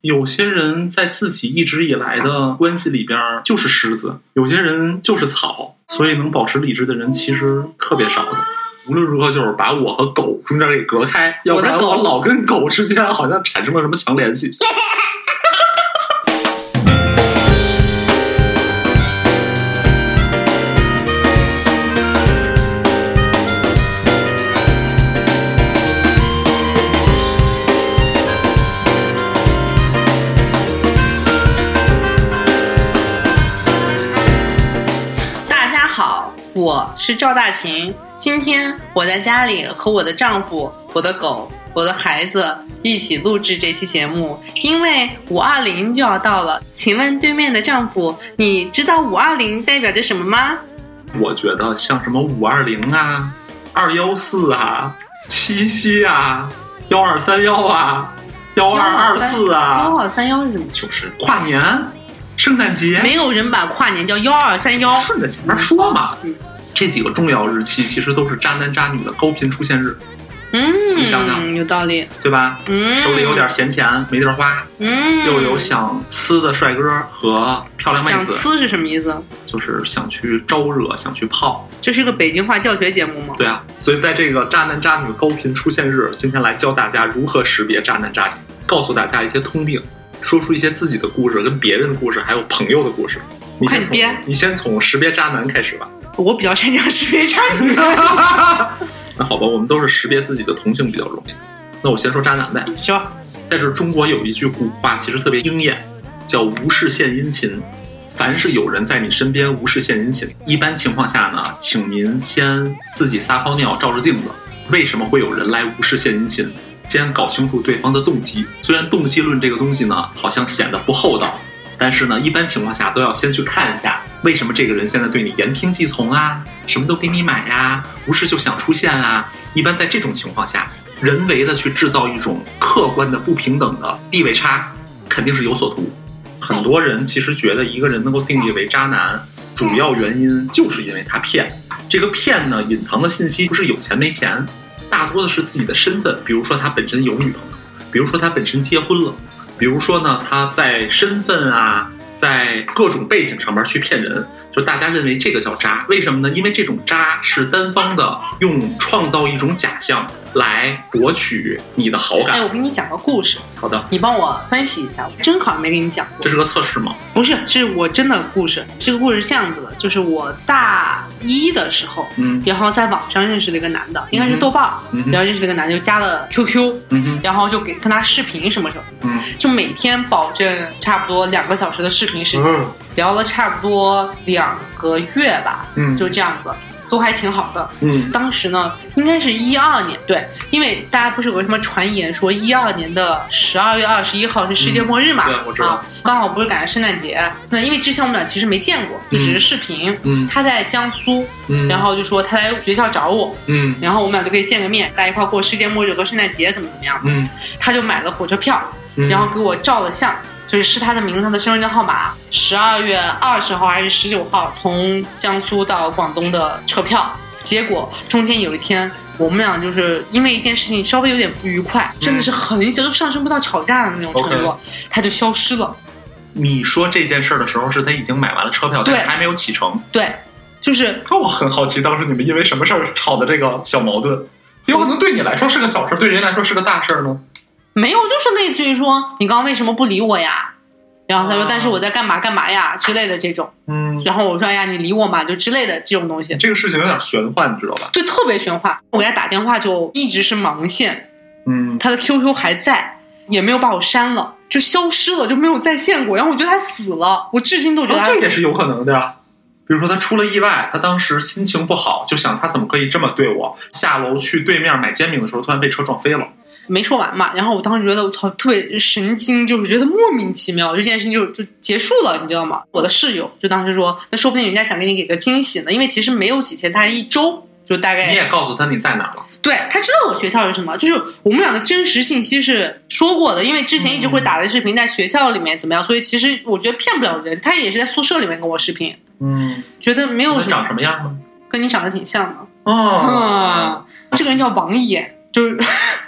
有些人在自己一直以来的关系里边就是狮子，有些人就是草，所以能保持理智的人其实特别少的。无论如何就是把我和狗中间给隔开，要不然我老跟狗之间好像产生了什么强联系。 我是赵大琴，今天我在家里和我的丈夫、我的狗、我的孩子一起录制这期节目，因为520就要到了。请问对面的丈夫，你知道520代表着什么吗？ 我觉得像什么520啊、214啊、7夕啊、1231啊、1224啊。 1231是什么？ 就是跨年。圣诞节没有人把跨年叫1231， 顺着前面说嘛。这几个重要日期其实都是渣男渣女的高频出现日。你想想， 有道理， 对吧？手里有点闲钱没地儿花，又有想呲的帅哥和漂亮妹子。 想呲是什么意思？ 就是想去招惹，想去泡。 这是个北京话教学节目吗？ 对啊，所以在这个渣男渣女高频出现日，今天来教大家如何识别渣男渣女，告诉大家一些通病。说出一些自己的故事，跟别人的故事，还有朋友的故事。你先从识别渣男开始吧。 我比较擅长识别渣女。 那好吧，我们都是识别自己的同性比较容易。那我先说渣男呗。 说， 在这中国有一句古话，其实特别应验，叫无事献殷勤。凡是有人在你身边无事献殷勤，一般情况下呢，请您先自己撒泡尿照照镜子。为什么会有人来无事献殷勤？先搞清楚对方的动机，虽然动机论这个东西呢，好像显得不厚道，但是呢，一般情况下都要先去看一下，为什么这个人现在对你言听计从啊，什么都给你买呀，无事就想出现啊。一般在这种情况下，人为的去制造一种客观的不平等的地位差，肯定是有所图。很多人其实觉得一个人能够定义为渣男，主要原因就是因为他骗。这个骗呢，隐藏的信息不是有钱没钱，大多的是自己的身份，比如说他本身有女朋友，比如说他本身结婚了，比如说呢他在身份啊，在各种背景上面去骗人，就大家认为这个叫渣。为什么呢？因为这种渣是单方的用创造一种假象来博取你的好感。 我给你讲个故事。 好的， 你帮我分析一下，我真好像没跟你讲过。 这是个测试吗？ 不是，是我真的故事。这个故事是这样子的，就是我大一的时候，然后在网上认识了一个男的，应该是豆瓣，然后认识了一个男的，就加了 QQ，然后就跟他视频什么什么的，就每天保证差不多2个小时的视频时间，聊了差不多2个月吧，就这样子。都还挺好的，当时呢应该是12年，对，因为大家不是有个什么传言说12年的12月21号是世界末日嘛， 对，我知道， 刚好不是赶上圣诞节，那因为之前我们俩其实没见过，就只是视频，他在江苏，然后就说他来学校找我，然后我们俩就可以见个面，大家一块过世界末日和圣诞节怎么样，他就买了火车票，然后给我照了相。就是他的名字，他的身份证号码，12月20号还是19号从江苏到广东的车票。结果中间有一天，我们俩就是因为一件事情稍微有点不愉快，真的是很小，都上升不到吵架的那种程度，他就消失了。 你说这件事的时候，是他已经买完了车票，但是还没有启程。 对，就是我很好奇，当时你们因为什么事儿吵的这个小矛盾？有可能对你来说是个小事，对人来说是个大事呢？ 没有，就是类似于说你刚刚为什么不理我呀？然后他说但是我在干嘛干嘛呀之类的这种，然后我说哎呀你理我嘛就之类的这种东西。 这个事情有点玄幻，你知道吧？ 对，特别玄幻。我给他打电话就一直是忙线，他的 QQ 还在，也没有把我删了，就消失了，就没有在线过。然后我觉得他死了，我至今都觉得这也是有可能的呀。比如说他出了意外，他当时心情不好，就想他怎么可以这么对我，下楼去对面买煎饼的时候突然被车撞飞了。 没说完嘛，然后我当时觉得我操特别神经，就是觉得莫名其妙，这件事情就结束了，你知道吗？我的室友就当时说，那说不定人家想给你给个惊喜呢，因为其实没有几天，他是1周，就大概。 你也告诉他你在哪了？ 对，他知道我学校是什么，就是我们俩的真实信息是说过的，因为之前一直会打的视频在学校里面怎么样，所以其实我觉得骗不了人。他也是在宿舍里面跟我视频，觉得没有什么。 长什么样吗？ 跟你长得挺像的。 哦， 这个人叫王野。就是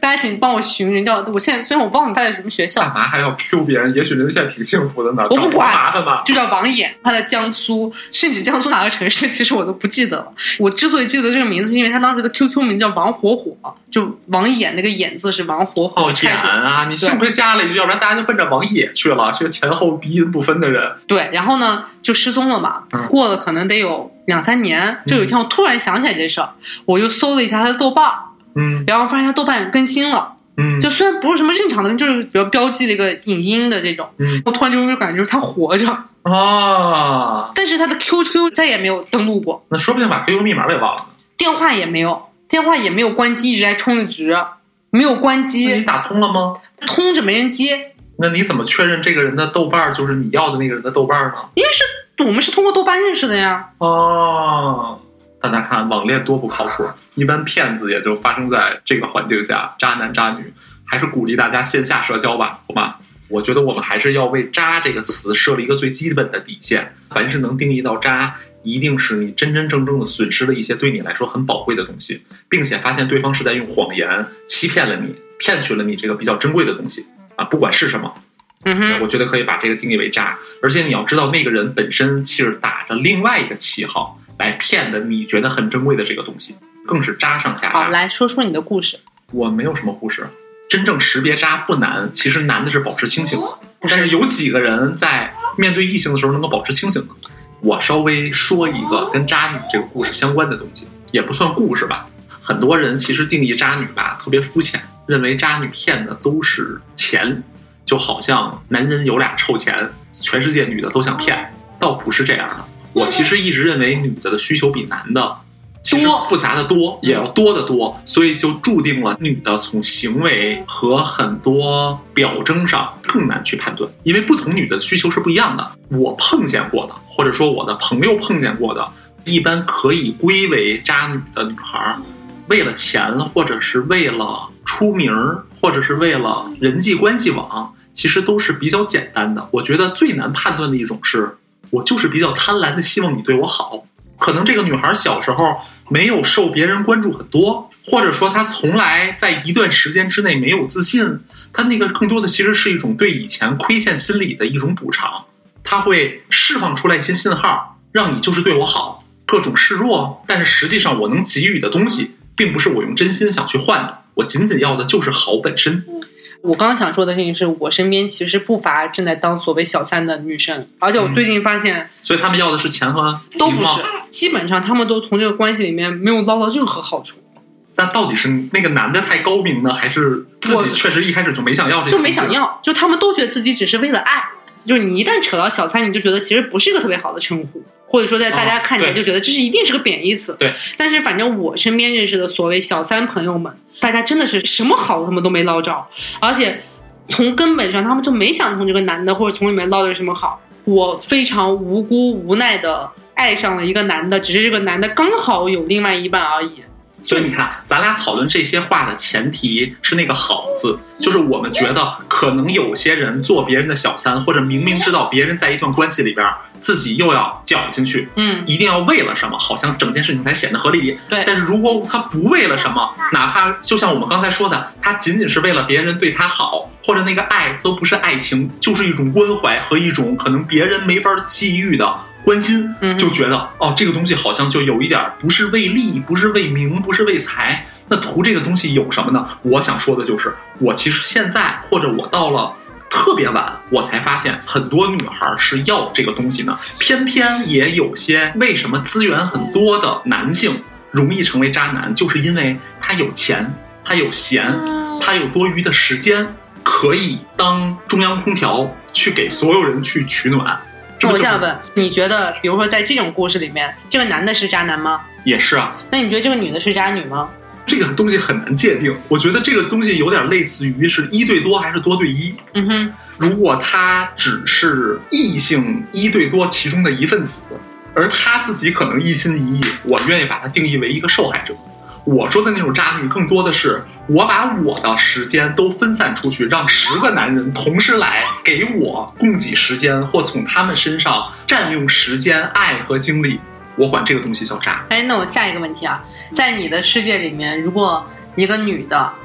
大家请帮我寻人，叫我现在虽然我忘了他在什么学校， 干嘛还要 Q 别人？也许人家现在挺幸福的呢。 我不管， 麻烦吧。 就叫王衍，他在江苏，甚至江苏哪个城市，其实我都不记得了。我之所以记得这个名字，是因为他当时的 QQ 名叫王火火，就王衍那个衍字是王火火。 衍啊！你幸亏加了一句，要不然大家就奔着王野去了。这个前后鼻音不分的人。 对，然后呢就失踪了嘛。过了可能得有2-3年，就有一天我突然想起来这事儿，我就搜了一下他的豆瓣，然后发现他豆瓣更新了。就虽然不是什么正常的，就是比如标记了一个影音的这种，我突然就感觉就是他活着啊， 但是他的 QQ 再也没有登录过。 那说不定把 QQ 密码给忘了。 电话也没有关机，一直在充着值，没有关机。 你打通了吗？ 通着没人接。 那你怎么确认这个人的豆瓣就是你要的那个人的豆瓣呢？ 因为我们是通过豆瓣认识的呀。 哦，大家看网恋多不靠谱，一般骗子也就发生在这个环境下，渣男渣女。还是鼓励大家线下社交吧，好吧？我觉得我们还是要为渣这个词设立一个最基本的底线。凡是能定义到渣，一定是你真真正正的损失了一些对你来说很宝贵的东西，并且发现对方是在用谎言欺骗了你，骗取了你这个比较珍贵的东西啊，不管是什么。我觉得可以把这个定义为渣。而且你要知道，那个人本身其实打着另外一个旗号来骗的你觉得很珍贵的这个东西，更是渣上加渣。 好，来说说你的故事。 我没有什么故事。真正识别渣不难，其实难的是保持清醒。但是有几个人在面对异性的时候能够保持清醒呢？我稍微说一个跟渣女这个故事相关的东西，也不算故事吧。很多人其实定义渣女吧特别肤浅，认为渣女骗的都是钱，就好像男人有俩臭钱，全世界女的都想骗，倒不是这样的。我其实一直认为女的需求比男的其实复杂的多，也要多得多，所以就注定了女的从行为和很多表征上更难去判断，因为不同女的需求是不一样的。我碰见过的，或者说我的朋友碰见过的，一般可以归为渣女的女孩，为了钱，或者是为了出名，或者是为了人际关系网，其实都是比较简单的。我觉得最难判断的一种是，我就是比较贪婪的希望你对我好。可能这个女孩小时候没有受别人关注很多，或者说她从来在一段时间之内没有自信，她那个更多的其实是一种对以前亏欠心理的一种补偿。她会释放出来一些信号，让你就是对我好，各种示弱，但是实际上我能给予的东西并不是我用真心想去换的，我仅仅要的就是好本身。 我刚刚想说的事情是，我身边其实不乏正在当所谓小三的女生，而且我最近发现， 所以他们要的是钱和都不是，基本上他们都从这个关系里面没有捞到任何好处。 但到底是那个男的太高明呢，还是自己确实一开始就没想要这个？ 就没想要，就他们都觉得自己只是为了爱。就是你一旦扯到小三，你就觉得其实不是一个特别好的称呼，或者说在大家看起来就觉得这是一定是个贬义词。 对。 但是反正我身边认识的所谓小三朋友们，大家真的是什么好他们都没捞着，而且从根本上他们就没想从这个男的或者从里面捞着什么好。我非常无辜无奈的爱上了一个男的，只是这个男的刚好有另外一半而已。 所以你看，咱俩讨论这些话的前提是那个好字，就是我们觉得可能有些人做别人的小三，或者明明知道别人在一段关系里边自己又要搅进去，一定要为了什么，好像整件事情才显得合理。 对， 但是如果他不为了什么，哪怕就像我们刚才说的，他仅仅是为了别人对他好，或者那个爱都不是爱情，就是一种关怀和一种可能别人没法际遇的关心，就觉得这个东西好像就有一点不是为利，不是为名，不是为财，那图这个东西有什么呢？我想说的就是，我其实现在或者我到了特别晚，我才发现很多女孩是要这个东西呢，偏偏也有些为什么资源很多的男性容易成为渣男，就是因为他有钱，他有闲，他有多余的时间，可以当中央空调去给所有人去取暖。 我这样问，你觉得比如说在这种故事里面，这个男的是渣男吗？ 也是啊。 那你觉得这个女的是渣女吗？ 这个东西很难界定，我觉得这个东西有点类似于是1对多还是多对1。如果他只是异性1对多其中的一份子，而他自己可能一心一意，我愿意把它定义为一个受害者。我说的那种渣女更多的是我把我的时间都分散出去，让10个男人同时来给我供给时间，或从他们身上占用时间、爱和精力，我管这个东西叫渣。 那我下一个问题啊，在你的世界里面，如果一个女的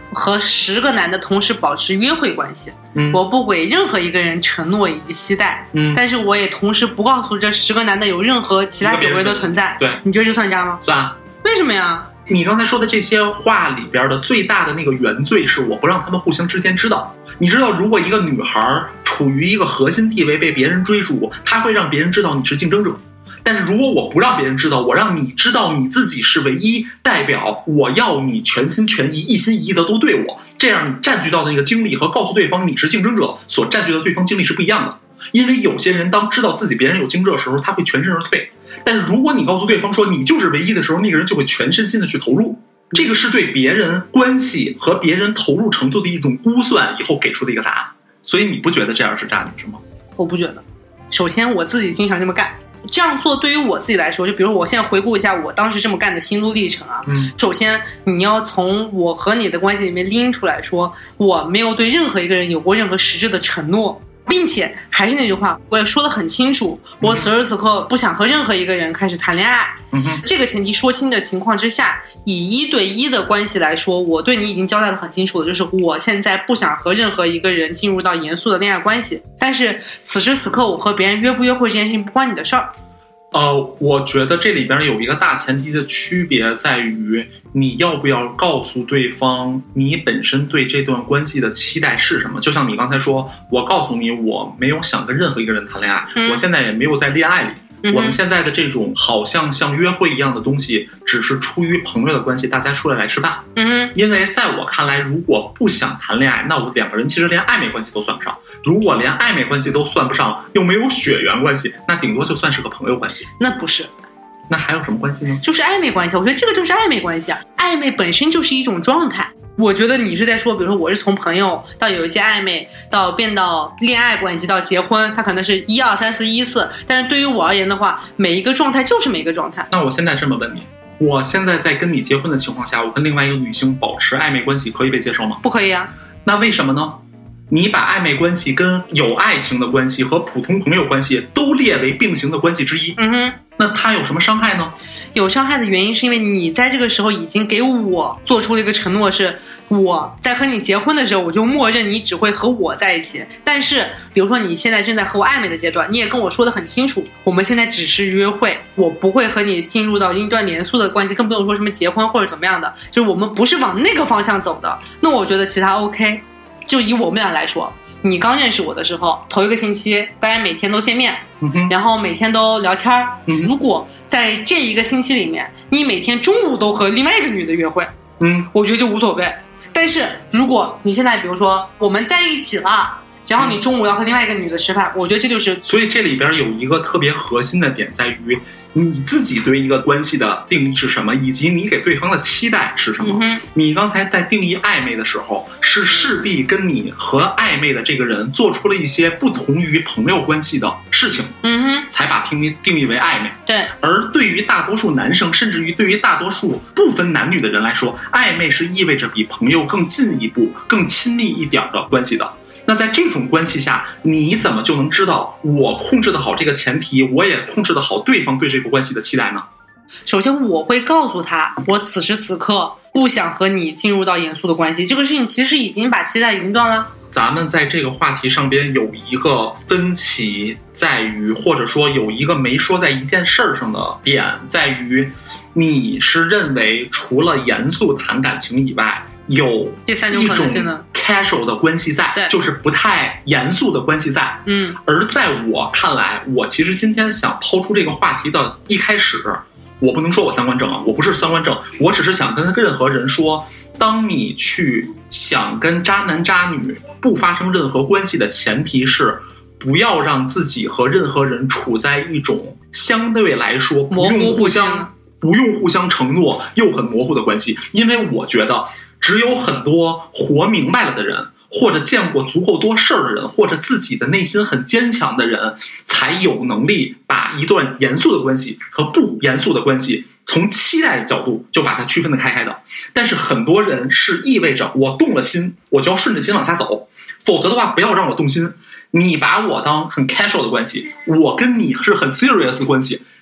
和10个男的同时保持约会关系，我不给任何一个人承诺以及期待，但是我也同时不告诉这10个男的有任何其他9个人的存在。 对， 你觉得这算渣吗？ 算啊。 为什么呀？ 你刚才说的这些话里边的最大的那个原罪是我不让他们互相之间知道。你知道，如果一个女孩处于一个核心地位被别人追逐，她会让别人知道你是竞争者。但是如果我不让别人知道，我让你知道你自己是唯一代表，我要你全心全意一心一意的都对我，这样你占据到的那个精力和告诉对方你是竞争者所占据的对方精力是不一样的。因为有些人当知道自己别人有竞争的时候，他会全身而退，但是如果你告诉对方说你就是唯一的时候，那个人就会全身心的去投入。这个是对别人关系和别人投入程度的一种估算以后给出的一个答案。所以你不觉得这样是渣女是吗？ 我不觉得。首先我自己经常这么干，这样做对于我自己来说，就比如我现在回顾一下我当时这么干的心路历程啊。首先你要从我和你的关系里面拎出来说，我没有对任何一个人有过任何实质的承诺，并且还是那句话，我也说得很清楚，我此时此刻不想和任何一个人开始谈恋爱。这个前提说清的情况之下，以1对1的关系来说，我对你已经交代得很清楚了，就是我现在不想和任何一个人进入到严肃的恋爱关系，但是此时此刻我和别人约不约会这件事情不关你的事儿。 我觉得这里边有一个大前提的区别在于，你要不要告诉对方你本身对这段关系的期待是什么。就像你刚才说，我告诉你我没有想跟任何一个人谈恋爱，我现在也没有在恋爱里，我们现在的这种好像约会一样的东西只是出于朋友的关系，大家出来吃饭。因为在我看来，如果不想谈恋爱，那我2个人其实连暧昧关系都算不上，如果连暧昧关系都算不上，又没有血缘关系，那顶多就算是个朋友关系。 那不是， 那还有什么关系呢？ 就是暧昧关系。我觉得这个就是暧昧关系啊，暧昧本身就是一种状态。我觉得你是在说，比如说我是从朋友到有一些暧昧，到变到恋爱关系，到结婚，它可能是1、2、3、4、1、4。但是对于我而言的话，每一个状态就是每一个状态。 那我现在这么问你，我现在在跟你结婚的情况下，我跟另外一个女性保持暧昧关系，可以被接受吗？ 不可以啊。 那为什么呢？你把暧昧关系跟有爱情的关系和普通朋友关系都列为并行的关系之一。那它有什么伤害呢？ 有伤害的原因是因为你在这个时候已经给我做出了一个承诺，是我在和你结婚的时候，我就默认你只会和我在一起。但是比如说你现在正在和我暧昧的阶段，你也跟我说得很清楚，我们现在只是约会，我不会和你进入到一段严肃的关系，更不用说什么结婚或者怎么样的，就是我们不是往那个方向走的。那我觉得其他 OK。就以我们俩来说，你刚认识我的时候，头1个星期大家每天都见面，然后每天都聊天。如果在这1个星期里面，你每天中午都和另外一个女的约会，我觉得就无所谓。但是如果你现在比如说我们在一起了，然后你中午要和另外一个女的吃饭，我觉得这就是。 所以这里边有一个特别核心的点在于，你自己对一个关系的定义是什么，以及你给对方的期待是什么。你刚才在定义暧昧的时候，是势必跟你和暧昧的这个人做出了一些不同于朋友关系的事情，才把定义为暧昧。 对。而对于大多数男生，甚至于对于大多数不分男女的人来说，暧昧是意味着比朋友更进一步、更亲密一点的关系的。那在这种关系下，你怎么就能知道我控制得好这个前提，我也控制得好对方对这个关系的期待呢？ 首先我会告诉他，我此时此刻不想和你进入到严肃的关系，这个事情其实已经把期待已经断了。 咱们在这个话题上边有一个分歧在于，或者说有一个没说在一件事儿上的点在于，你是认为除了严肃谈感情以外，有第3种可能性的 casual 的关系在，就是不太严肃的关系在。而在我看来，我其实今天想抛出这个话题的一开始，我不能说我3观正啊，我不是3观正，我只是想跟任何人说，当你去想跟渣男渣女不发生任何关系的前提是，不要让自己和任何人处在一种相对来说不用互相承诺又很模糊的关系。因为我觉得只有很多活明白了的人，或者见过足够多事儿的人，或者自己的内心很坚强的人，才有能力把一段严肃的关系和不严肃的关系从期待的角度就把它区分得开的。但是很多人是意味着我动了心，我就要顺着心往下走，否则的话不要让我动心。你把我当很 casual 的关系，我跟你是很 serious 的关系，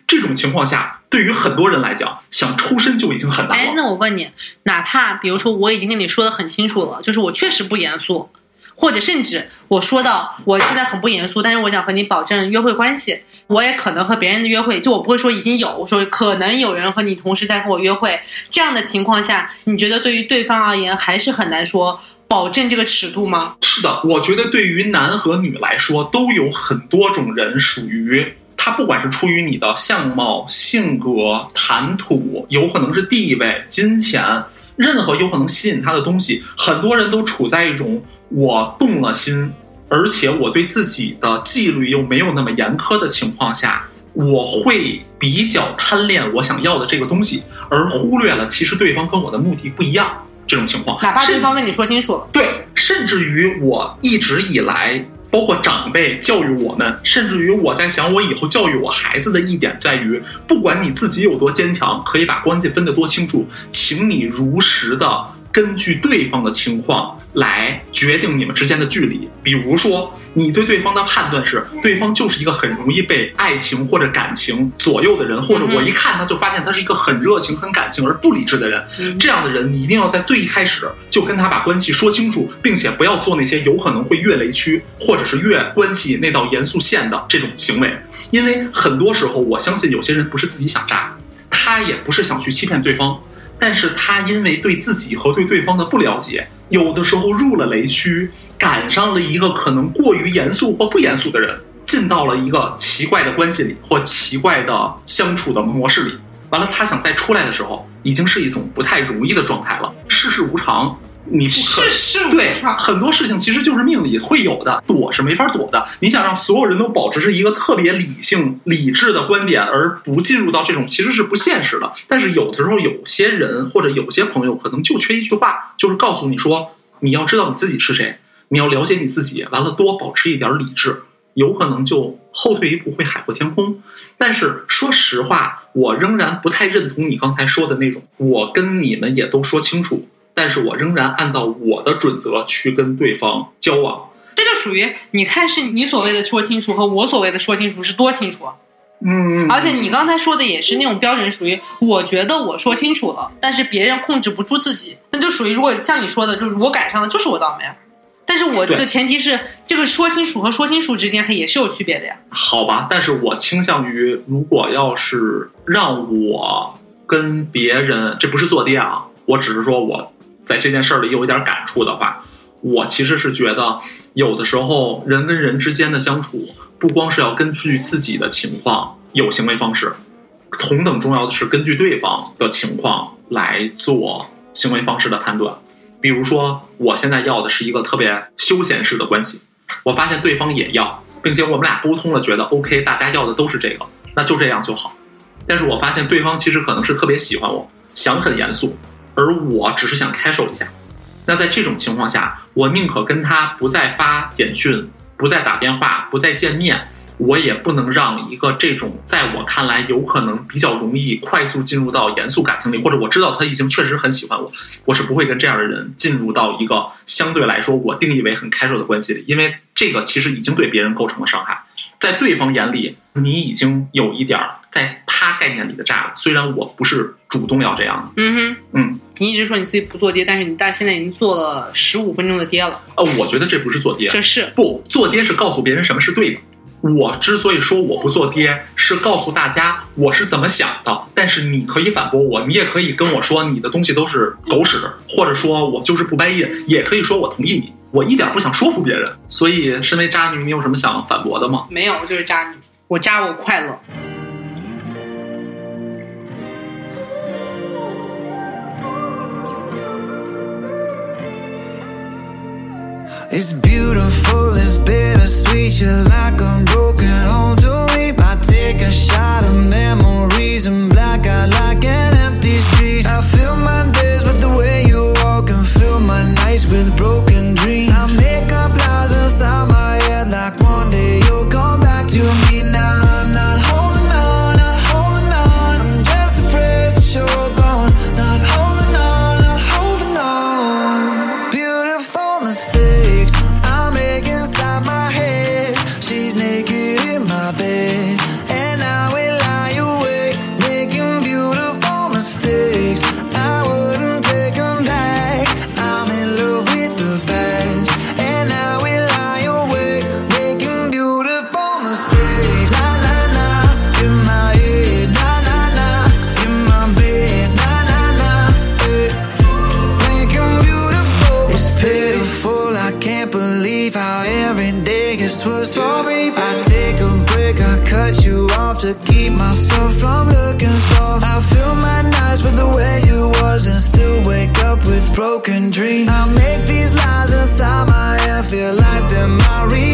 这种情况下，对于很多人来讲，想抽身就已经很难了。 那我问你，哪怕比如说我已经跟你说的很清楚了，就是我确实不严肃，或者甚至我说到我现在很不严肃，但是我想和你保证约会关系，我也可能和别人的约会，就我不会说已经有，我说可能有人和你同时在和我约会，这样的情况下，你觉得对于对方而言还是很难说保证这个尺度吗？ 是的，我觉得对于男和女来说，都有很多种人属于他，不管是出于你的相貌、性格、谈吐，有可能是地位、金钱，任何有可能吸引他的东西，很多人都处在一种我动了心，而且我对自己的纪律又没有那么严苛的情况下，我会比较贪恋我想要的这个东西，而忽略了其实对方跟我的目的不一样。这种情况， 哪怕对方跟你说清楚了， 对，甚至于我一直以来，包括长辈教育我们，甚至于我在想我以后教育我孩子的一点在于，不管你自己有多坚强，可以把关系分得多清楚，请你如实的根据对方的情况来决定你们之间的距离。比如说你对对方的判断是对方就是一个很容易被爱情或者感情左右的人，或者我一看他就发现他是一个很热情很感性而不理智的人，这样的人你一定要在最一开始就跟他把关系说清楚，并且不要做那些有可能会越雷区或者是越关系那道严肃线的这种行为。因为很多时候我相信有些人不是自己想渣，他也不是想去欺骗对方，但是他因为对自己和对对方的不了解，有的时候入了雷区，赶上了一个可能过于严肃或不严肃的人，进到了一个奇怪的关系里或奇怪的相处的模式里，完了他想再出来的时候已经是一种不太容易的状态了。世事无常，你不可世事无常， 对，很多事情其实就是命里会有的，躲是没法躲的。你想让所有人都保持着一个特别理性理智的观点，而不进入到这种，其实是不现实的。但是有的时候有些人或者有些朋友可能就缺一句话，就是告诉你说你要知道你自己是谁，你要了解你自己，完了多保持一点理智，有可能就后退一步会海阔天空。但是说实话，我仍然不太认同你刚才说的那种，我跟你们也都说清楚，但是我仍然按照我的准则去跟对方交往。 这就属于你看是你所谓的说清楚和我所谓的说清楚是多清楚。而且你刚才说的也是那种标准，属于我觉得我说清楚了，但是别人控制不住自己，那就属于如果像你说的，就是我赶上了就是我倒霉。但是我的前提是这个说清楚和说清楚之间它也是有区别的呀。 好吧，但是我倾向于，如果要是让我跟别人，这不是做爹啊，我只是说我在这件事里有一点感触的话，我其实是觉得有的时候人跟人之间的相处不光是要根据自己的情况有行为方式，同等重要的是根据对方的情况来做行为方式的判断。比如说我现在要的是一个特别休闲式的关系，我发现对方也要，并且我们俩沟通了觉得 OK， 大家要的都是这个，那就这样就好。但是我发现对方其实可能是特别喜欢我，想很严肃，而我只是想开手一下。那在这种情况下，我宁可跟他不再发简讯，不再打电话，不再见面，我也不能让一个这种在我看来有可能比较容易快速进入到严肃感情里，或者我知道他已经确实很喜欢我，我是不会跟这样的人进入到一个相对来说我定义为很开手的关系里，因为这个其实已经对别人构成了伤害。在对方眼里，你已经有一点在他概念里的渣了，虽然我不是主动要这样的。 你一直说你自己不做爹，但是你现在已经做了15分钟的爹了。 我觉得这不是做爹， 这是不做爹是告诉别人什么是对的。我之所以说我不做爹，是告诉大家我是怎么想的，但是你可以反驳我，你也可以跟我说你的东西都是狗屎，或者说我就是不掰硬，也可以说我同意你，我一点不想说服别人。所以身为渣女，你有什么想反驳的吗？ 没有，我就是渣女，我渣我快乐。 It's beautiful, it's bittersweet. You're like a broken home to me. I take a shot of memories and black out like an empty street. I fill my days with the way you walk and fill my nights with broken dreams. I make up lies inside my head like one day you'll come back to me. Now I'm not holding on, not holding on. I'm just depressed that you're gone. Not holding on, not holding on. Beautiful mistakes I make inside my head. She's naked in my bed, and I will lie awake. believe how every day gets worse for me. I take a break, I cut you off to keep myself from looking soft. I fill my nights with the way you was and still wake up with broken dreams. I make these lies inside my head feel like they're my reality.